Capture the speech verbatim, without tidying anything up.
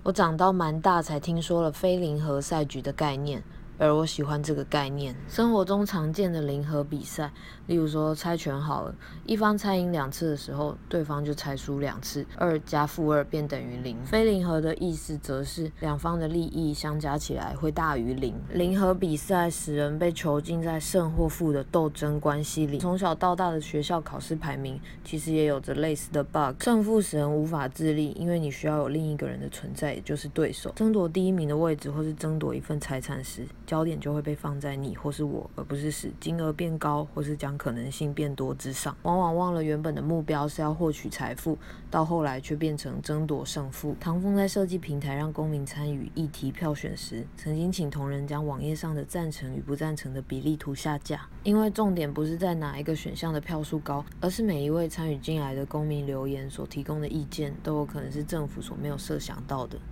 我长到蛮大才听说了非零和赛局的概念，而我喜欢这个概念。生活中常见的零和比赛，例如说猜拳好了，一方猜赢两次的时候，对方就猜输两次，二加负二便等于零。非零和的意思则是两方的利益相加起来会大于零。零和比赛使人被囚禁在胜或负的斗争关系里。从小到大的学校考试排名其实也有着类似的 bug， 胜负使人无法自立，因为你需要有另一个人的存在，也就是对手。争夺第一名的位置或是争夺一份财产时，焦点就会被放在你或是我，而不是使金额变高或是将可能性变多之上。往往忘了原本的目标是要获取财富，到后来却变成争夺胜负。唐凤在设计平台让公民参与议题票选时，曾经请同仁将网页上的赞成与不赞成的比例图下架，因为重点不是在哪一个选项的票数高，而是每一位参与进来的公民留言所提供的意见都有可能是政府所没有设想到的。